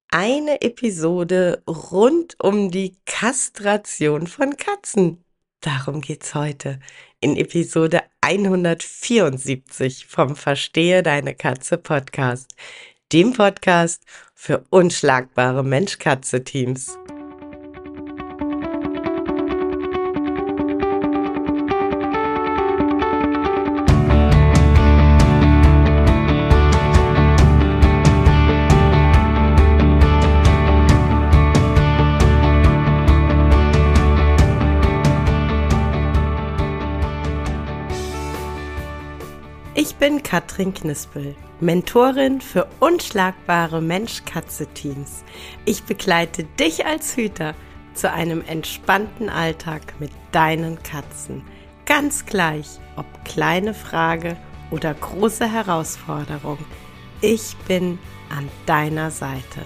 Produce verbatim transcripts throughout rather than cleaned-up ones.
Eine Episode rund um die Kastration von Katzen. Darum geht's heute in Episode hundertvierundsiebzig vom Verstehe deine Katze Podcast, dem Podcast für unschlagbare Mensch-Katze-Teams. Ich bin Katrin Knispel, Mentorin für unschlagbare Mensch-Katze-Teams. Ich begleite dich als Hüter zu einem entspannten Alltag mit deinen Katzen. Ganz gleich, ob kleine Frage oder große Herausforderung. Ich bin an deiner Seite.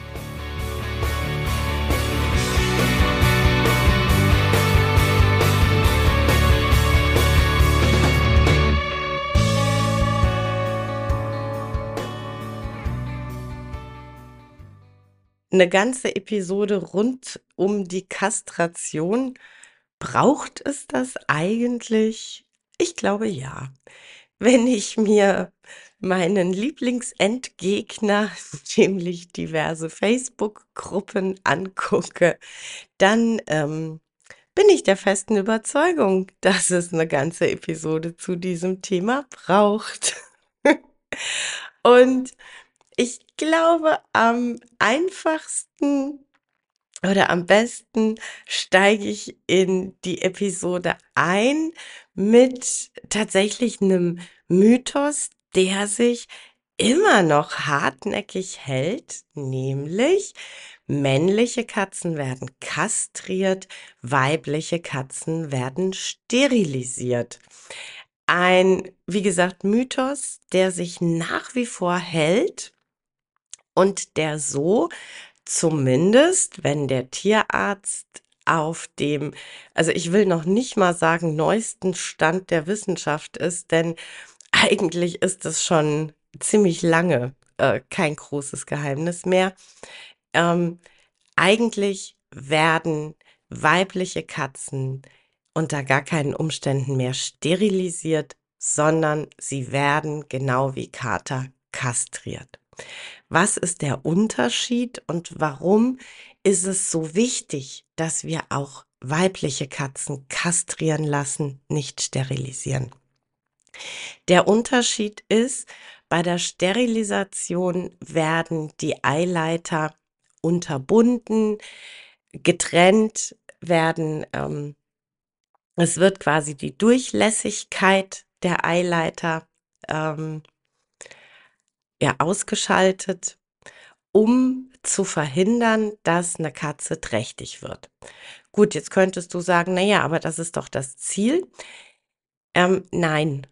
Eine ganze Episode rund um die Kastration. Braucht es das eigentlich? Ich glaube ja. Wenn ich mir meinen Lieblingsendgegner, nämlich diverse Facebook-Gruppen angucke, dann ähm, bin ich der festen Überzeugung, dass es eine ganze Episode zu diesem Thema braucht. Und ich glaube, am einfachsten oder am besten steige ich in die Episode ein mit tatsächlich einem Mythos, der sich immer noch hartnäckig hält, nämlich männliche Katzen werden kastriert, weibliche Katzen werden sterilisiert. Ein, wie gesagt, Mythos, der sich nach wie vor hält und der so zumindest, wenn der Tierarzt auf dem, also ich will noch nicht mal sagen, neuesten Stand der Wissenschaft ist, denn eigentlich ist es schon ziemlich lange äh, kein großes Geheimnis mehr. Ähm, eigentlich werden weibliche Katzen unter gar keinen Umständen mehr sterilisiert, sondern sie werden genau wie Kater kastriert. Was ist der Unterschied und warum ist es so wichtig, dass wir auch weibliche Katzen kastrieren lassen, nicht sterilisieren? Der Unterschied ist, bei der Sterilisation werden die Eileiter unterbunden, getrennt werden, ähm, es wird quasi die Durchlässigkeit der Eileiter ähm, ja, ausgeschaltet, um zu verhindern, dass eine Katze trächtig wird. Gut, jetzt könntest du sagen, na ja, aber das ist doch das Ziel. Ähm, nein,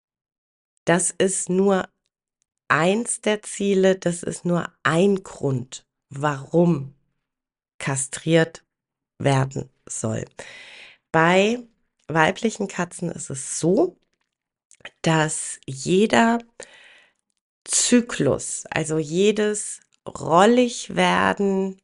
das ist nur eins der Ziele, das ist nur ein Grund, warum kastriert werden soll. Bei weiblichen Katzen ist es so, dass jeder Zyklus, also jedes Rolligwerden,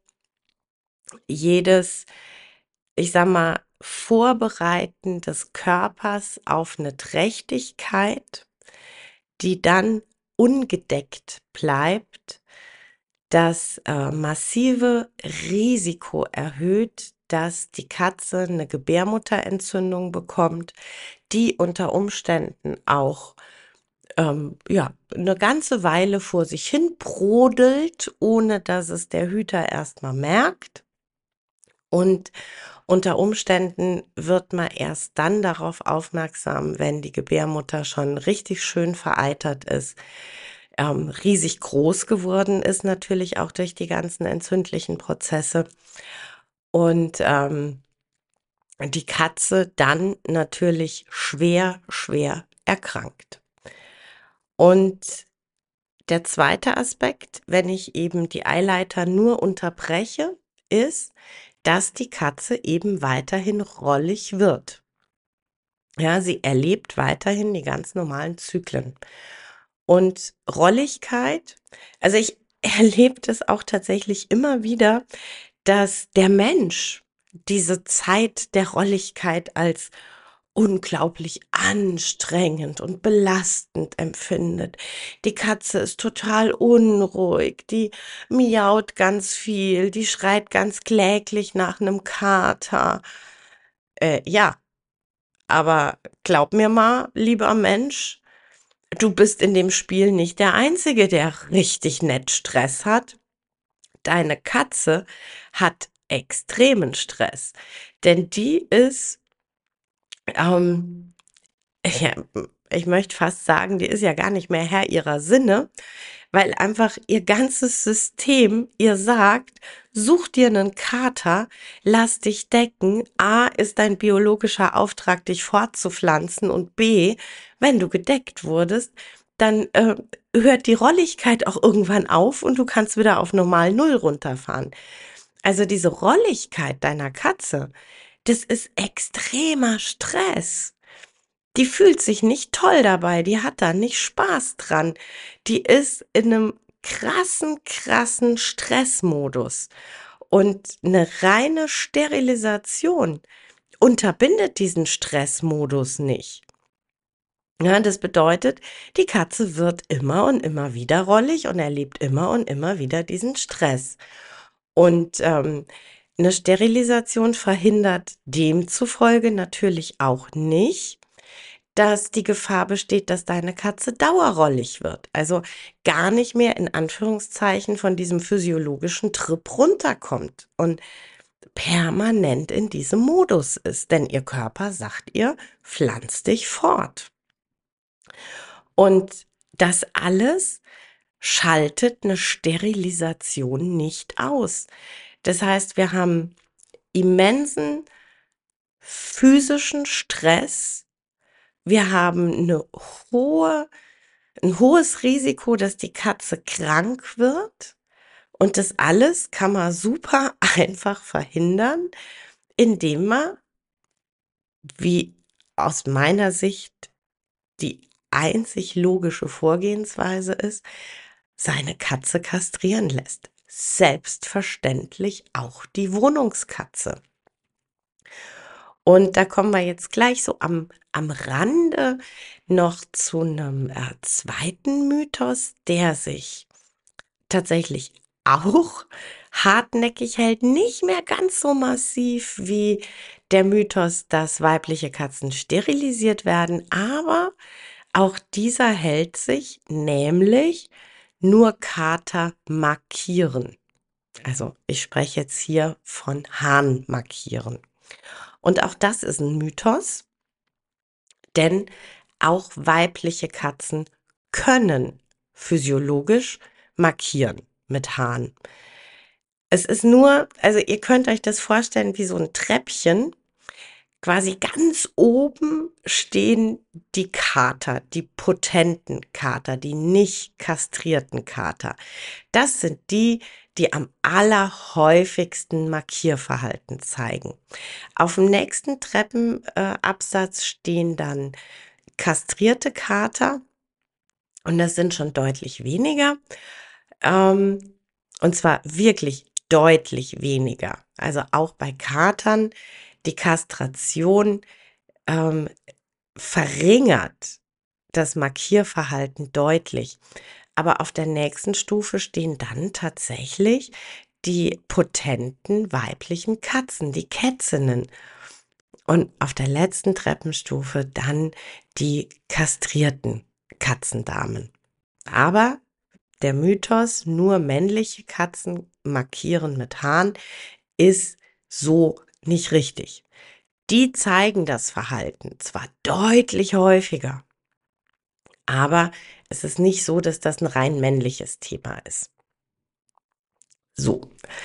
jedes, ich sag mal, Vorbereiten des Körpers auf eine Trächtigkeit, die dann ungedeckt bleibt, das äh, massive Risiko erhöht, dass die Katze eine Gebärmutterentzündung bekommt, die unter Umständen auch ähm, ja, eine ganze Weile vor sich hin brodelt, ohne dass es der Hüter erstmal merkt. Und unter Umständen wird man erst dann darauf aufmerksam, wenn die Gebärmutter schon richtig schön vereitert ist, ähm, riesig groß geworden ist, natürlich auch durch die ganzen entzündlichen Prozesse. Und ähm, die Katze dann natürlich schwer, schwer erkrankt. Und der zweite Aspekt, wenn ich eben die Eileiter nur unterbreche, ist, dass die Katze eben weiterhin rollig wird. Ja, sie erlebt weiterhin die ganz normalen Zyklen. Und Rolligkeit, also ich erlebt es auch tatsächlich immer wieder, dass der Mensch diese Zeit der Rolligkeit als unglaublich anstrengend und belastend empfindet. Die Katze ist total unruhig, die miaut ganz viel, die schreit ganz kläglich nach einem Kater. Äh, ja, aber glaub mir mal, lieber Mensch, du bist in dem Spiel nicht der Einzige, der richtig nett Stress hat. Deine Katze hat extremen Stress, denn die ist, ähm, ja, ich möchte fast sagen, die ist ja gar nicht mehr Herr ihrer Sinne, weil einfach ihr ganzes System ihr sagt, such dir einen Kater, lass dich decken. A, ist dein biologischer Auftrag, dich fortzupflanzen, und B, wenn du gedeckt wurdest, dann äh, hört die Rolligkeit auch irgendwann auf und du kannst wieder auf normal Null runterfahren. Also diese Rolligkeit deiner Katze, das ist extremer Stress. Die fühlt sich nicht toll dabei, die hat da nicht Spaß dran. Die ist in einem krassen, krassen Stressmodus. Und eine reine Sterilisation unterbindet diesen Stressmodus nicht. Ja, das bedeutet, die Katze wird immer und immer wieder rollig und erlebt immer und immer wieder diesen Stress. Und ähm, eine Sterilisation verhindert demzufolge natürlich auch nicht, dass die Gefahr besteht, dass deine Katze dauerrollig wird. Also gar nicht mehr in Anführungszeichen von diesem physiologischen Trip runterkommt und permanent in diesem Modus ist. Denn ihr Körper sagt ihr, pflanz dich fort. Und das alles schaltet eine Sterilisation nicht aus. Das heißt, wir haben immensen physischen Stress. Wir haben eine hohe, ein hohes Risiko, dass die Katze krank wird. Und das alles kann man super einfach verhindern, indem man, wie aus meiner Sicht die einzig logische Vorgehensweise ist, seine Katze kastrieren lässt. Selbstverständlich auch die Wohnungskatze. Und da kommen wir jetzt gleich so am, am Rande noch zu einem äh, zweiten Mythos, der sich tatsächlich auch hartnäckig hält. Nicht mehr ganz so massiv wie der Mythos, dass weibliche Katzen sterilisiert werden, aber auch dieser hält sich, nämlich nur Kater markieren. Also ich spreche jetzt hier von Hahn markieren. Und auch das ist ein Mythos, denn auch weibliche Katzen können physiologisch markieren mit Haaren. Es ist nur, also ihr könnt euch das vorstellen wie so ein Treppchen. Quasi ganz oben stehen die Kater, die potenten Kater, die nicht kastrierten Kater. Das sind die, die am allerhäufigsten Markierverhalten zeigen. Auf dem nächsten Treppenabsatz stehen dann kastrierte Kater und das sind schon deutlich weniger. Ähm, und zwar wirklich deutlich weniger. Also auch bei Katern, die Kastration ähm, verringert das Markierverhalten deutlich. Aber auf der nächsten Stufe stehen dann tatsächlich die potenten weiblichen Katzen, die Kätzinnen. Und auf der letzten Treppenstufe dann die kastrierten Katzendamen. Aber der Mythos, nur männliche Katzen markieren mit Haaren, ist so nicht richtig. Die zeigen das Verhalten zwar deutlich häufiger, aber es ist nicht so, dass das ein rein männliches Thema ist. So.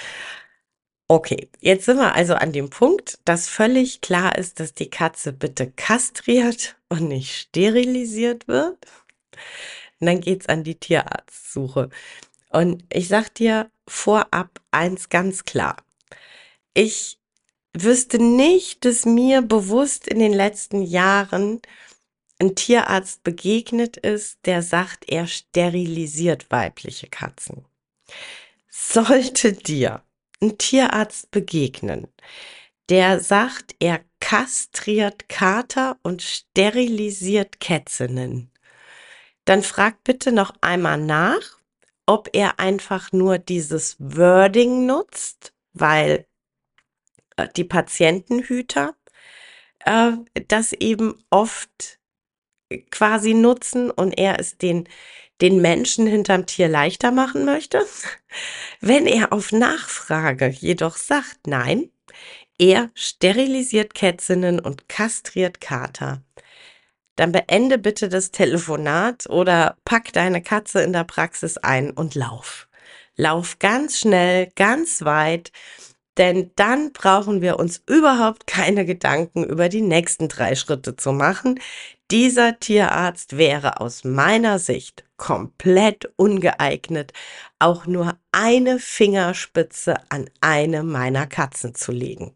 Okay, jetzt sind wir also an dem Punkt, dass völlig klar ist, dass die Katze bitte kastriert und nicht sterilisiert wird. Und dann geht's an die Tierarztsuche. Und ich sag dir vorab eins ganz klar. Ich wüsste nicht, dass mir bewusst in den letzten Jahren ein Tierarzt begegnet ist, der sagt, er sterilisiert weibliche Katzen. Sollte dir ein Tierarzt begegnen, der sagt, er kastriert Kater und sterilisiert Kätzinnen, dann frag bitte noch einmal nach, ob er einfach nur dieses Wording nutzt, weil äh, die Patientenhüter äh, das eben oft quasi nutzen und er es den, den Menschen hinterm Tier leichter machen möchte. Wenn er auf Nachfrage jedoch sagt, nein, er sterilisiert Kätzinnen und kastriert Kater, dann beende bitte das Telefonat oder pack deine Katze in der Praxis ein und lauf. Lauf ganz schnell, ganz weit, denn dann brauchen wir uns überhaupt keine Gedanken über die nächsten drei Schritte zu machen. Dieser Tierarzt wäre aus meiner Sicht komplett ungeeignet, auch nur eine Fingerspitze an eine meiner Katzen zu legen.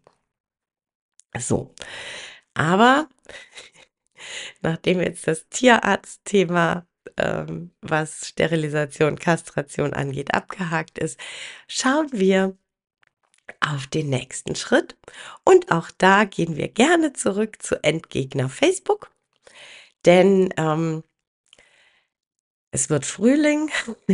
So, aber nachdem jetzt das Tierarztthema, ähm, was Sterilisation, Kastration angeht, abgehakt ist, schauen wir auf den nächsten Schritt. Und auch da gehen wir gerne zurück zu Endgegner Facebook, denn ähm, es wird Frühling.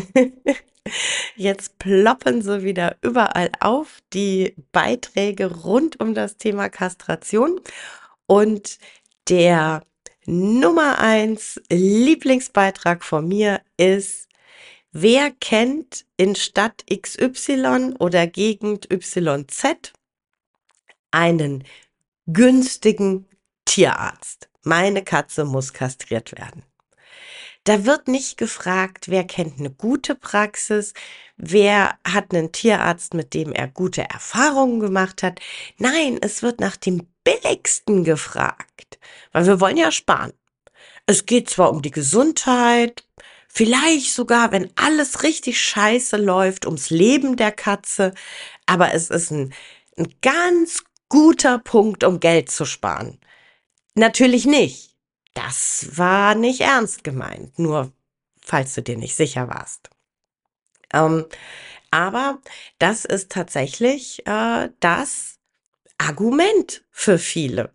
Jetzt ploppen sie wieder überall auf, die Beiträge rund um das Thema Kastration. Und der Nummer eins Lieblingsbeitrag von mir ist: Wer kennt in Stadt X Y oder Gegend Y Z einen günstigen Tierarzt? Meine Katze muss kastriert werden. Da wird nicht gefragt, wer kennt eine gute Praxis, wer hat einen Tierarzt, mit dem er gute Erfahrungen gemacht hat. Nein, es wird nach dem billigsten gefragt, weil wir wollen ja sparen. Es geht zwar um die Gesundheit, vielleicht sogar, wenn alles richtig scheiße läuft, ums Leben der Katze, aber es ist ein, ein ganz guter Punkt, um Geld zu sparen. Natürlich nicht. Das war nicht ernst gemeint, nur falls du dir nicht sicher warst. Ähm, aber das ist tatsächlich äh, das Argument für viele.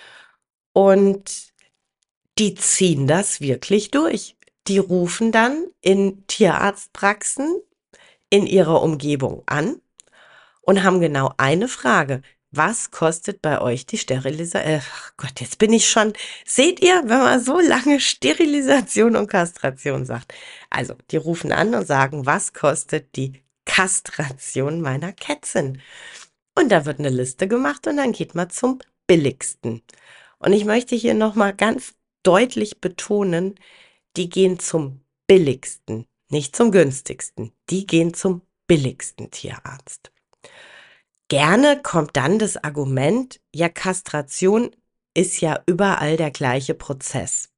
Und die ziehen das wirklich durch. Die rufen dann in Tierarztpraxen in ihrer Umgebung an und haben genau eine Frage. Was kostet bei euch die Sterilisation? Ach Gott, jetzt bin ich schon. Seht ihr, wenn man so lange Sterilisation und Kastration sagt? Also, die rufen an und sagen, was kostet die Kastration meiner Kätzin? Und da wird eine Liste gemacht und dann geht man zum billigsten. Und ich möchte hier nochmal ganz deutlich betonen, die gehen zum billigsten, nicht zum günstigsten. Die gehen zum billigsten Tierarzt. Gerne kommt dann das Argument, ja, Kastration ist ja überall der gleiche Prozess.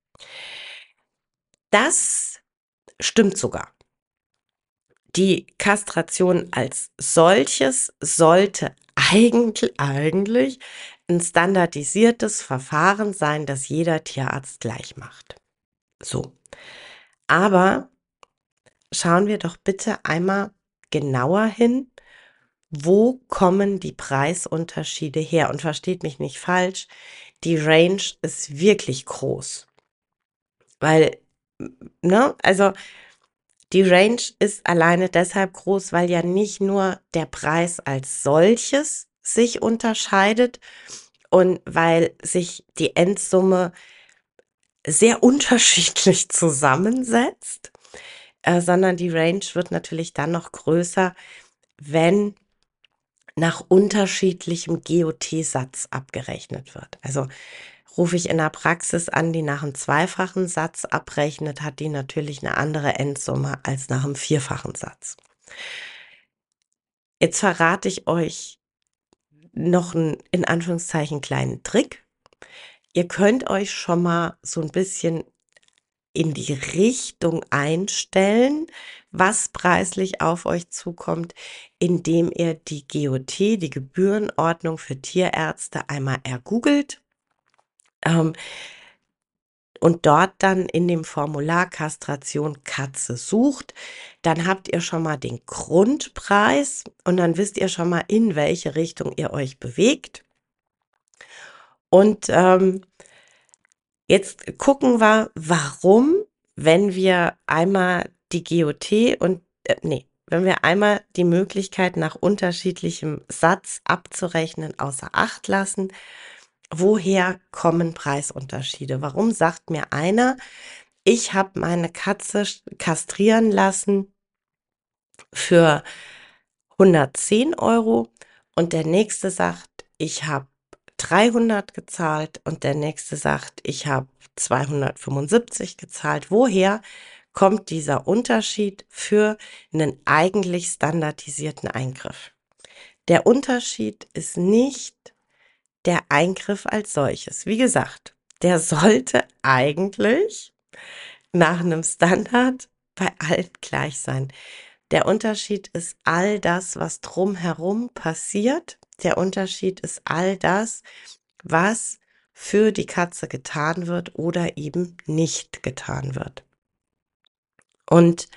Das stimmt sogar. Die Kastration als solches sollte eigentlich, eigentlich ein standardisiertes Verfahren sein, das jeder Tierarzt gleich macht. So. Aber schauen wir doch bitte einmal genauer hin, wo kommen die Preisunterschiede her? Und versteht mich nicht falsch, die Range ist wirklich groß. Weil, ne, also die Range ist alleine deshalb groß, weil ja nicht nur der Preis als solches sich unterscheidet und weil sich die Endsumme sehr unterschiedlich zusammensetzt, äh, sondern die Range wird natürlich dann noch größer, wenn nach unterschiedlichem G O T-Satz abgerechnet wird. Also rufe ich in der Praxis an, die nach einem zweifachen Satz abrechnet, hat die natürlich eine andere Endsumme als nach einem vierfachen Satz. Jetzt verrate ich euch noch einen, in Anführungszeichen, kleinen Trick. Ihr könnt euch schon mal so ein bisschen in die Richtung einstellen, was preislich auf euch zukommt, indem ihr die G O T, die Gebührenordnung für Tierärzte, einmal ergoogelt. Ähm, und dort dann in dem Formular Kastration Katze sucht, dann habt ihr schon mal den Grundpreis und dann wisst ihr schon mal, in welche Richtung ihr euch bewegt. Und ähm, jetzt gucken wir, warum, wenn wir einmal die G O T und, äh, nee, wenn wir einmal die Möglichkeit nach unterschiedlichem Satz abzurechnen außer Acht lassen, woher kommen Preisunterschiede? Warum sagt mir einer, ich habe meine Katze kastrieren lassen für hundertzehn Euro und der nächste sagt, ich habe dreihundert gezahlt und der nächste sagt, ich habe zweihundertfünfundsiebzig gezahlt. Woher kommt dieser Unterschied für einen eigentlich standardisierten Eingriff? Der Unterschied ist nicht der Eingriff als solches. Wie gesagt, der sollte eigentlich nach einem Standard bei allen gleich sein. Der Unterschied ist all das, was drumherum passiert. Der Unterschied ist all das, was für die Katze getan wird oder eben nicht getan wird. Und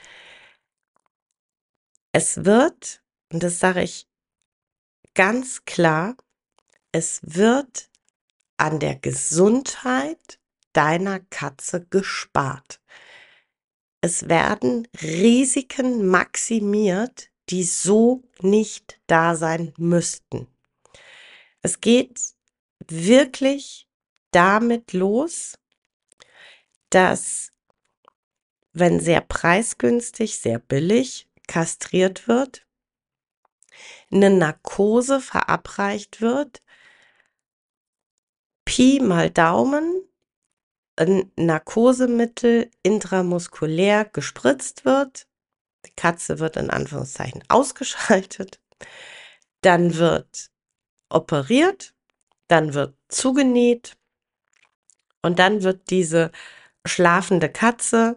es wird, und das sage ich ganz klar, es wird an der Gesundheit deiner Katze gespart. Es werden Risiken maximiert, die so nicht da sein müssten. Es geht wirklich damit los, dass, wenn sehr preisgünstig, sehr billig kastriert wird, eine Narkose verabreicht wird, Pi mal Daumen, ein Narkosemittel intramuskulär gespritzt wird, die Katze wird in Anführungszeichen ausgeschaltet, dann wird operiert, dann wird zugenäht und dann wird diese schlafende Katze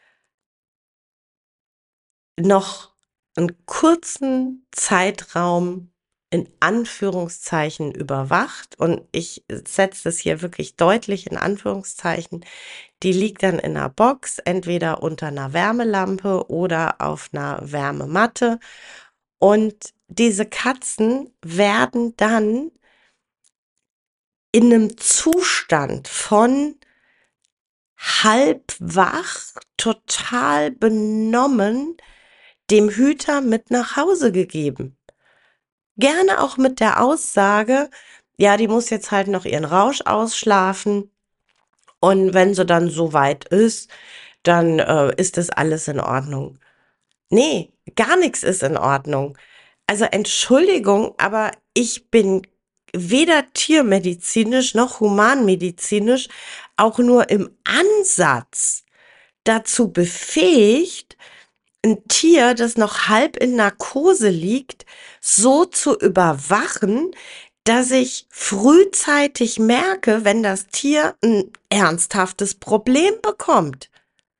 noch einen kurzen Zeitraum in Anführungszeichen überwacht. Und ich setze das hier wirklich deutlich in Anführungszeichen. Die liegt dann in einer Box, entweder unter einer Wärmelampe oder auf einer Wärmematte. Und diese Katzen werden dann in einem Zustand von halb wach, total benommen, dem Hüter mit nach Hause gegeben. Gerne auch mit der Aussage, ja, die muss jetzt halt noch ihren Rausch ausschlafen und wenn sie dann so weit ist, dann äh, ist das alles in Ordnung. Nee, gar nichts ist in Ordnung. Also Entschuldigung, aber ich bin weder tiermedizinisch noch humanmedizinisch auch nur im Ansatz dazu befähigt, ein Tier, das noch halb in Narkose liegt, so zu überwachen, dass ich frühzeitig merke, wenn das Tier ein ernsthaftes Problem bekommt.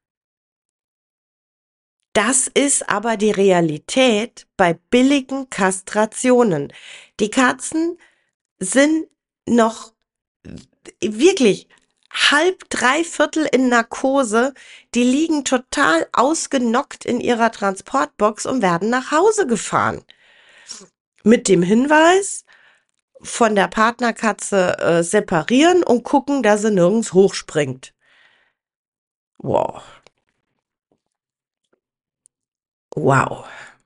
Das ist aber die Realität bei billigen Kastrationen. Die Katzen sind noch wirklich halb, dreiviertel in Narkose. Die liegen total ausgenockt in ihrer Transportbox und werden nach Hause gefahren. Mit dem Hinweis, von der Partnerkatze äh, separieren und gucken, dass sie nirgends hochspringt. Wow. Wow.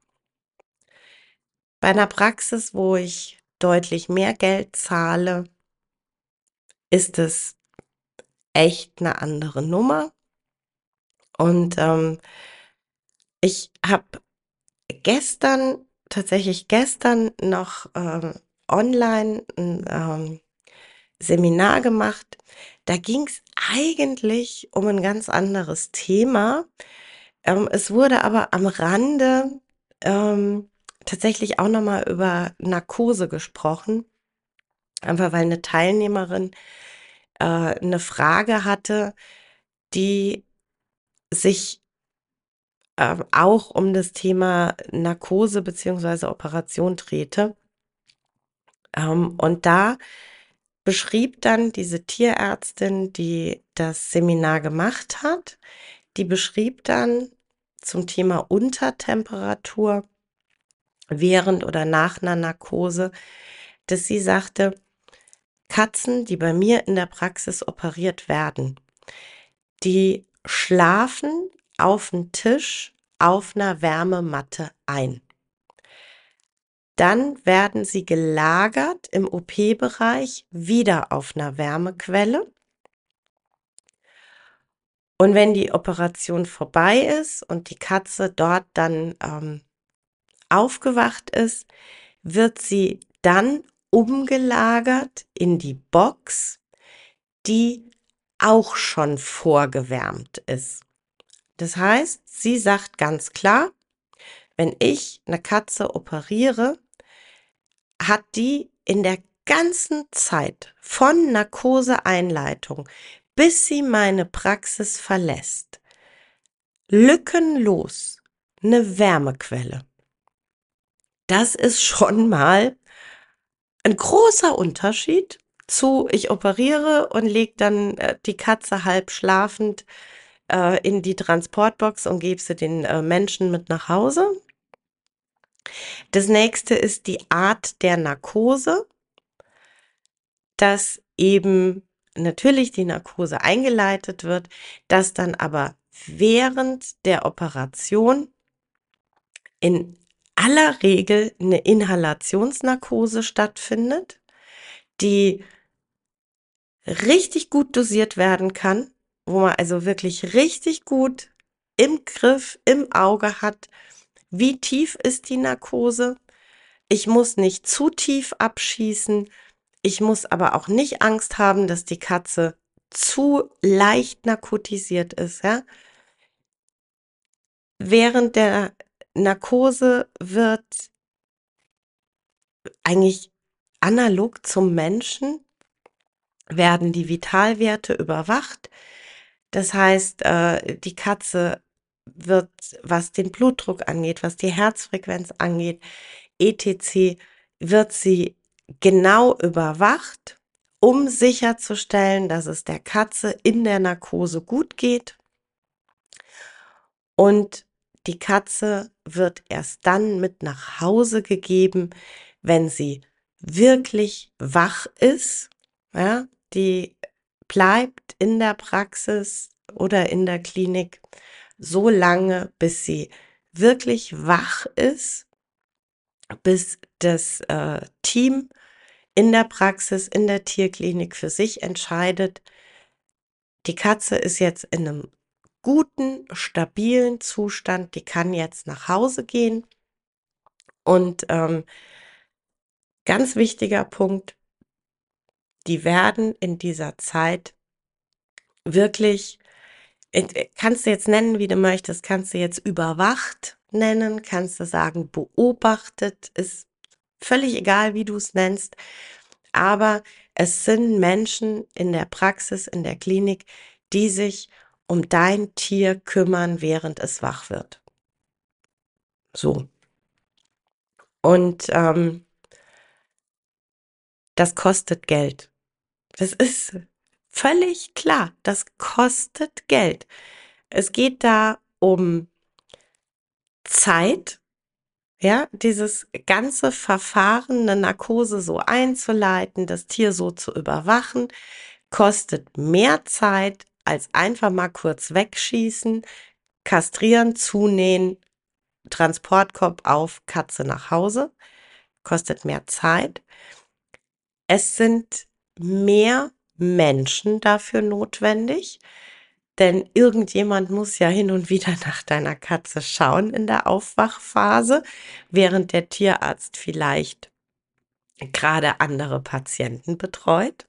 Bei einer Praxis, wo ich deutlich mehr Geld zahle, ist es echt eine andere Nummer. Und ähm, ich habe gestern, tatsächlich gestern noch ähm, online ein ähm, Seminar gemacht. Da ging es eigentlich um ein ganz anderes Thema. Ähm, es wurde aber am Rande ähm, tatsächlich auch nochmal über Narkose gesprochen, einfach weil eine Teilnehmerin äh, eine Frage hatte, die sich äh, auch um das Thema Narkose beziehungsweise Operation drehte. Ähm, und da beschrieb dann diese Tierärztin, die das Seminar gemacht hat, die beschrieb dann zum Thema Untertemperatur während oder nach einer Narkose, dass sie sagte, Katzen, die bei mir in der Praxis operiert werden, die schlafen auf dem Tisch auf einer Wärmematte ein. Dann werden sie gelagert im O P-Bereich wieder auf einer Wärmequelle. Und wenn die Operation vorbei ist und die Katze dort dann ähm, aufgewacht ist, wird sie dann umgelagert in die Box, die auch schon vorgewärmt ist. Das heißt, sie sagt ganz klar, wenn ich eine Katze operiere, hat die in der ganzen Zeit von Narkoseeinleitung, bis sie meine Praxis verlässt, lückenlos eine Wärmequelle. Das ist schon mal ein großer Unterschied zu, ich operiere und lege dann äh, die Katze halb schlafend äh, in die Transportbox und gebe sie den äh, Menschen mit nach Hause. Das nächste ist die Art der Narkose, dass eben natürlich die Narkose eingeleitet wird, dass dann aber während der Operation in aller Regel eine Inhalationsnarkose stattfindet, die richtig gut dosiert werden kann, wo man also wirklich richtig gut im Griff, im Auge hat, wie tief ist die Narkose. Ich muss nicht zu tief abschießen. Ich muss aber auch nicht Angst haben, dass die Katze zu leicht narkotisiert ist. Ja? Während der Narkose wird eigentlich analog zum Menschen werden die Vitalwerte überwacht. Das heißt, äh, die Katze wird, was den Blutdruck angeht, was die Herzfrequenz angeht, et cetera, wird sie genau überwacht, um sicherzustellen, dass es der Katze in der Narkose gut geht. Und die Katze wird erst dann mit nach Hause gegeben, wenn sie wirklich wach ist. Ja, die bleibt in der Praxis oder in der Klinik so lange, bis sie wirklich wach ist, bis das äh, Team in der Praxis, in der Tierklinik für sich entscheidet, die Katze ist jetzt in einem guten, stabilen Zustand, die kann jetzt nach Hause gehen. Und ähm, ganz wichtiger Punkt, die werden in dieser Zeit wirklich, äh, kannst du jetzt nennen, wie du möchtest, kannst du jetzt überwacht nennen, kannst du sagen, beobachtet, ist völlig egal, wie du es nennst, aber es sind Menschen in der Praxis, in der Klinik, die sich um dein Tier kümmern, während es wach wird. So. Und ähm, das kostet Geld. Das ist völlig klar. Das kostet Geld. Es geht da um Zeit, ja, dieses ganze Verfahren, eine Narkose so einzuleiten, das Tier so zu überwachen, kostet mehr Zeit als einfach mal kurz wegschießen, kastrieren, zunähen, Transportkorb auf, Katze nach Hause, kostet mehr Zeit. Es sind mehr Menschen dafür notwendig, denn irgendjemand muss ja hin und wieder nach deiner Katze schauen in der Aufwachphase, während der Tierarzt vielleicht gerade andere Patienten betreut.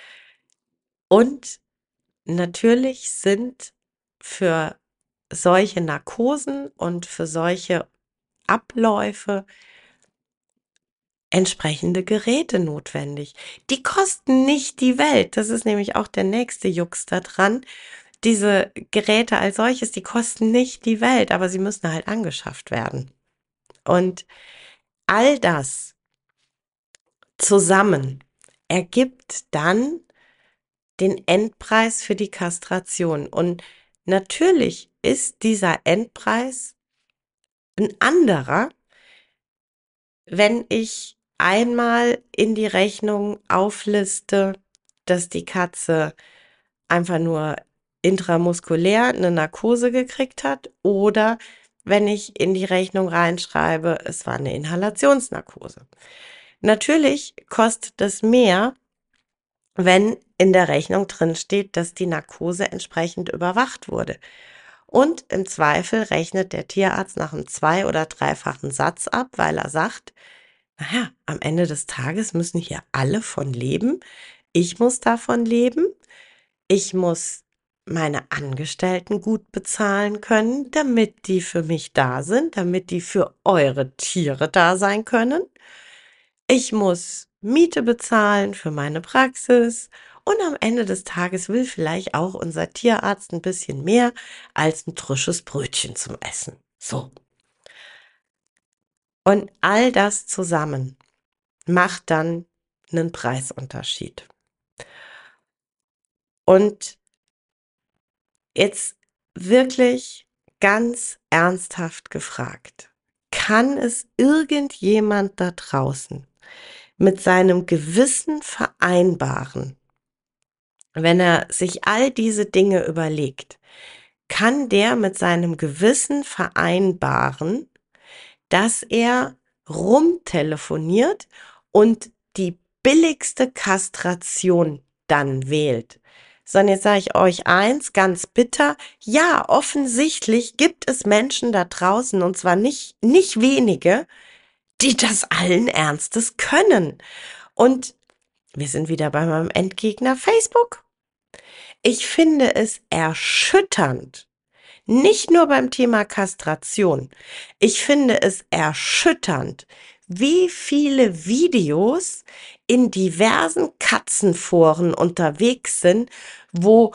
Und natürlich sind für solche Narkosen und für solche Abläufe entsprechende Geräte notwendig. Die kosten nicht die Welt. Das ist nämlich auch der nächste Jux da dran. Diese Geräte als solches, die kosten nicht die Welt, aber sie müssen halt angeschafft werden. Und all das zusammen ergibt dann den Endpreis für die Kastration. Und natürlich ist dieser Endpreis ein anderer, wenn ich einmal in die Rechnung aufliste, dass die Katze einfach nur intramuskulär eine Narkose gekriegt hat oder wenn ich in die Rechnung reinschreibe, es war eine Inhalationsnarkose. Natürlich kostet es mehr, wenn in der Rechnung drin steht, dass die Narkose entsprechend überwacht wurde. Und im Zweifel rechnet der Tierarzt nach einem zwei- oder dreifachen Satz ab, weil er sagt, naja, am Ende des Tages müssen hier alle von leben. Ich muss davon leben. Ich muss meine Angestellten gut bezahlen können, damit die für mich da sind, damit die für eure Tiere da sein können. Ich muss Miete bezahlen für meine Praxis und am Ende des Tages will vielleicht auch unser Tierarzt ein bisschen mehr als ein frisches Brötchen zum Essen. So. Und all das zusammen macht dann einen Preisunterschied. Und jetzt wirklich ganz ernsthaft gefragt, kann es irgendjemand da draußen mit seinem Gewissen vereinbaren, wenn er sich all diese Dinge überlegt, kann der mit seinem Gewissen vereinbaren, dass er rumtelefoniert und die billigste Kastration dann wählt? Sondern jetzt sage ich euch eins, ganz bitter, ja, offensichtlich gibt es Menschen da draußen, und zwar nicht, nicht wenige, die das allen Ernstes können. Und wir sind wieder bei meinem Endgegner Facebook. Ich finde es erschütternd, nicht nur beim Thema Kastration. Ich finde es erschütternd, wie viele Videos in diversen Katzenforen unterwegs sind, wo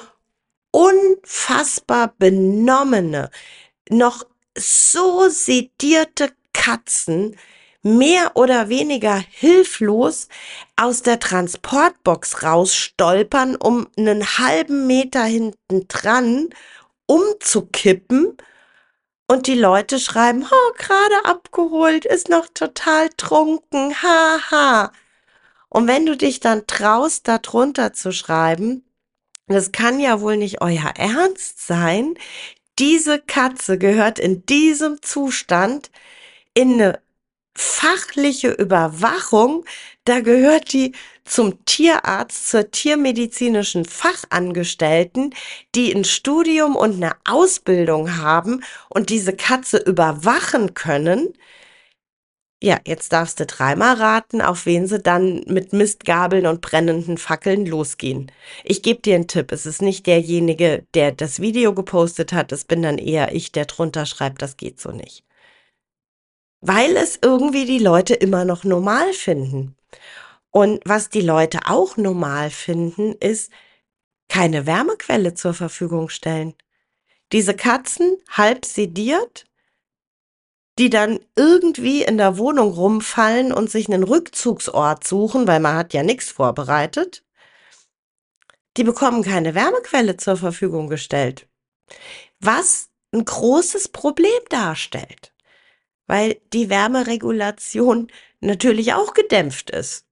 unfassbar benommene, noch so sedierte Katzen mehr oder weniger hilflos aus der Transportbox rausstolpern, um einen halben Meter hinten dran umzukippen und die Leute schreiben, oh, gerade abgeholt, ist noch total trunken, haha. Und wenn du dich dann traust, da drunter zu schreiben, das kann ja wohl nicht euer Ernst sein, diese Katze gehört in diesem Zustand in eine fachliche Überwachung, da gehört die zum Tierarzt, zur tiermedizinischen Fachangestellten, die ein Studium und eine Ausbildung haben und diese Katze überwachen können. Ja, jetzt darfst du dreimal raten, auf wen sie dann mit Mistgabeln und brennenden Fackeln losgehen. Ich gebe dir einen Tipp. Es ist nicht derjenige, der das Video gepostet hat. Es bin dann eher ich, der drunter schreibt, das geht so nicht. Weil es irgendwie die Leute immer noch normal finden. Und was die Leute auch normal finden, ist keine Wärmequelle zur Verfügung stellen. Diese Katzen halb sediert, die dann irgendwie in der Wohnung rumfallen und sich einen Rückzugsort suchen, weil man hat ja nichts vorbereitet, die bekommen keine Wärmequelle zur Verfügung gestellt, was ein großes Problem darstellt, weil die Wärmeregulation natürlich auch gedämpft ist.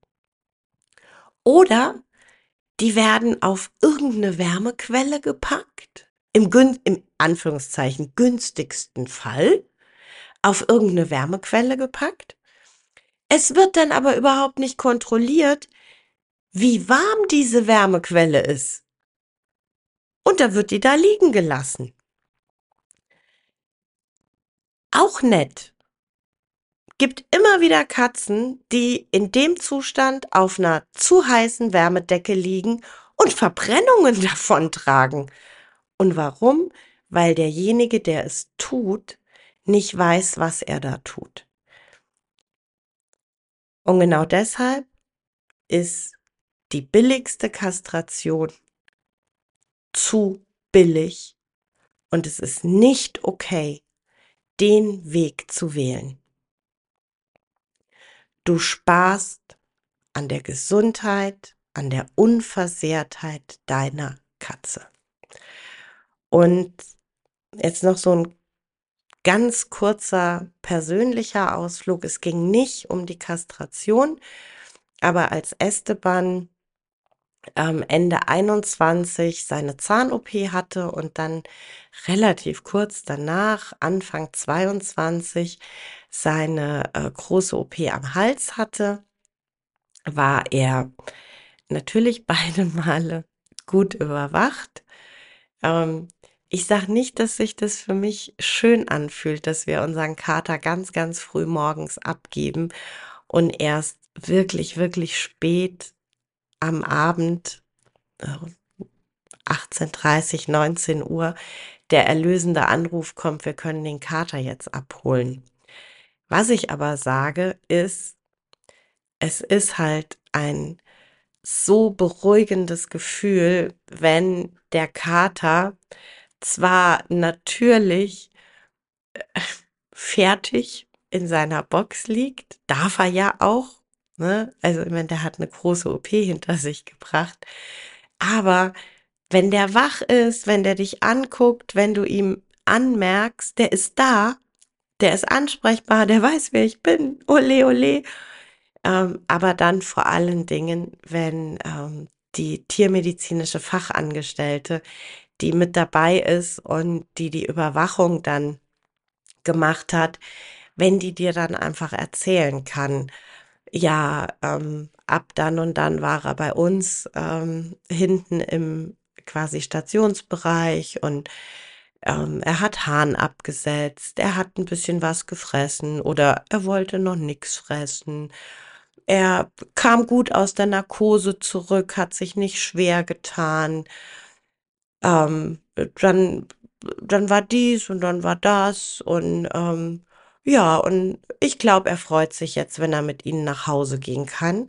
Oder die werden auf irgendeine Wärmequelle gepackt, im, gün im Anführungszeichen günstigsten Fall auf irgendeine Wärmequelle gepackt. Es wird dann aber überhaupt nicht kontrolliert, wie warm diese Wärmequelle ist. Und da wird die da liegen gelassen. Auch nett. Gibt immer wieder Katzen, die in dem Zustand auf einer zu heißen Wärmedecke liegen und Verbrennungen davontragen. Und warum? Weil derjenige, der es tut, nicht weiß, was er da tut. Und genau deshalb ist die billigste Kastration zu billig und es ist nicht okay, den Weg zu wählen. Du sparst an der Gesundheit, an der Unversehrtheit deiner Katze. Und jetzt noch so ein ganz kurzer persönlicher Ausflug. Es ging nicht um die Kastration, aber als Esteban ähm, Ende einundzwanzig seine Zahn-O P hatte und dann relativ kurz danach, Anfang zweiundzwanzig, seine äh, große O P am Hals hatte, war er natürlich beide Male gut überwacht. Ähm, ich sage nicht, dass sich das für mich schön anfühlt, dass wir unseren Kater ganz, ganz früh morgens abgeben und erst wirklich, wirklich spät am Abend, äh, achtzehn Uhr dreißig, neunzehn Uhr, der erlösende Anruf kommt, wir können den Kater jetzt abholen. Was ich aber sage, ist, es ist halt ein so beruhigendes Gefühl, wenn der Kater zwar natürlich fertig in seiner Box liegt, darf er ja auch, ne? Also, ich meine, der hat eine große O P hinter sich gebracht, aber wenn der wach ist, wenn der dich anguckt, wenn du ihm anmerkst, der ist da, der ist ansprechbar, der weiß, wer ich bin, ole ole. Ähm, aber dann vor allen Dingen, wenn ähm, die tiermedizinische Fachangestellte, die mit dabei ist und die die Überwachung dann gemacht hat, wenn die dir dann einfach erzählen kann, ja, ähm, ab dann und dann war er bei uns ähm, hinten im quasi Stationsbereich und ähm, er hat Hahn abgesetzt, er hat ein bisschen was gefressen oder er wollte noch nix fressen. Er kam gut aus der Narkose zurück, hat sich nicht schwer getan. Ähm, dann, dann war dies und dann war das und ähm, ja, und ich glaube, er freut sich jetzt, wenn er mit ihnen nach Hause gehen kann.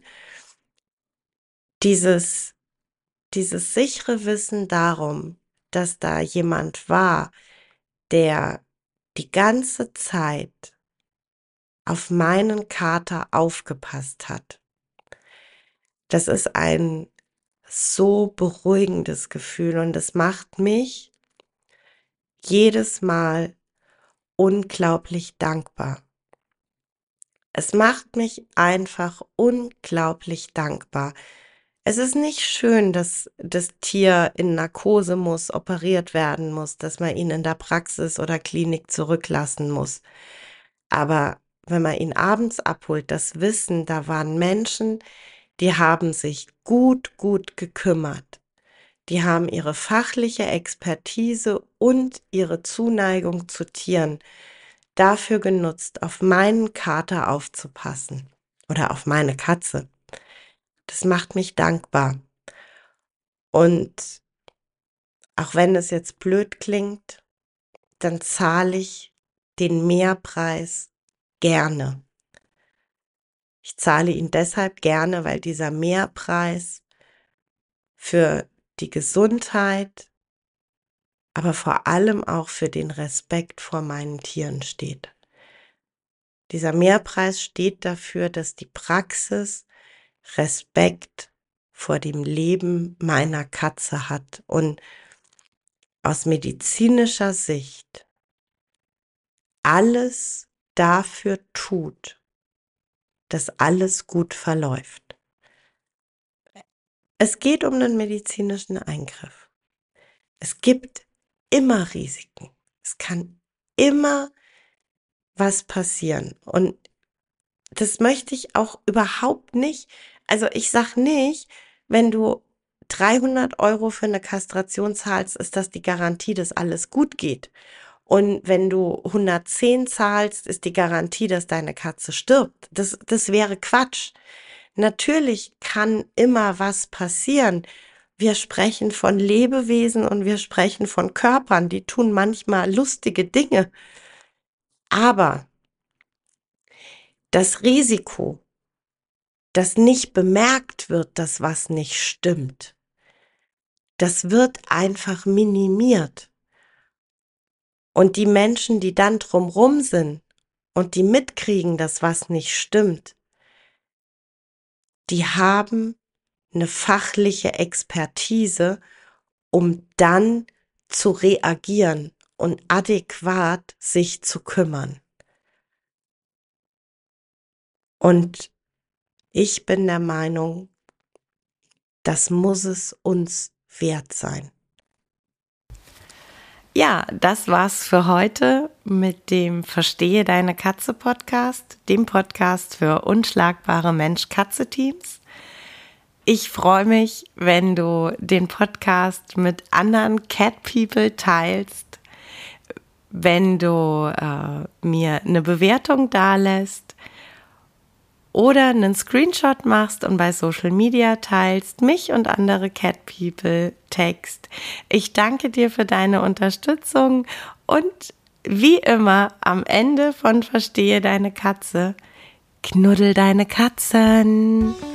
Dieses, dieses sichere Wissen darum, dass da jemand war, der die ganze Zeit auf meinen Kater aufgepasst hat. Das ist ein so beruhigendes Gefühl und es macht mich jedes Mal unglaublich dankbar. Es macht mich einfach unglaublich dankbar. Es ist nicht schön, dass das Tier in Narkose muss, operiert werden muss, dass man ihn in der Praxis oder Klinik zurücklassen muss. Aber wenn man ihn abends abholt, das Wissen, da waren Menschen, die haben sich gut, gut gekümmert. Die haben ihre fachliche Expertise und ihre Zuneigung zu Tieren dafür genutzt, auf meinen Kater aufzupassen oder auf meine Katze. Das macht mich dankbar. Und auch wenn es jetzt blöd klingt, dann zahle ich den Mehrpreis gerne. Ich zahle ihn deshalb gerne, weil dieser Mehrpreis für die Gesundheit, aber vor allem auch für den Respekt vor meinen Tieren steht. Dieser Mehrpreis steht dafür, dass die Praxis Respekt vor dem Leben meiner Katze hat und aus medizinischer Sicht alles dafür tut, dass alles gut verläuft. Es geht um einen medizinischen Eingriff. Es gibt immer Risiken. Es kann immer was passieren. Und das möchte ich auch überhaupt nicht. Also ich sag nicht, wenn du dreihundert Euro für eine Kastration zahlst, ist das die Garantie, dass alles gut geht. Und wenn du hundertzehn zahlst, ist die Garantie, dass deine Katze stirbt. Das, das wäre Quatsch. Natürlich kann immer was passieren. Wir sprechen von Lebewesen und wir sprechen von Körpern, die tun manchmal lustige Dinge. Aber das Risiko, dass nicht bemerkt wird, dass was nicht stimmt, das wird einfach minimiert. Und die Menschen, die dann drumrum sind und die mitkriegen, dass was nicht stimmt, die haben eine fachliche Expertise, um dann zu reagieren und adäquat sich zu kümmern. Und ich bin der Meinung, das muss es uns wert sein. Ja, das war's für heute mit dem Verstehe deine Katze Podcast, dem Podcast für unschlagbare Mensch-Katze-Teams. Ich freue mich, wenn du den Podcast mit anderen Cat People teilst, wenn du äh, mir eine Bewertung dalässt oder einen Screenshot machst und bei Social Media teilst, mich und andere Cat People text. Ich danke dir für deine Unterstützung und wie immer am Ende von Verstehe deine Katze, knuddel deine Katzen.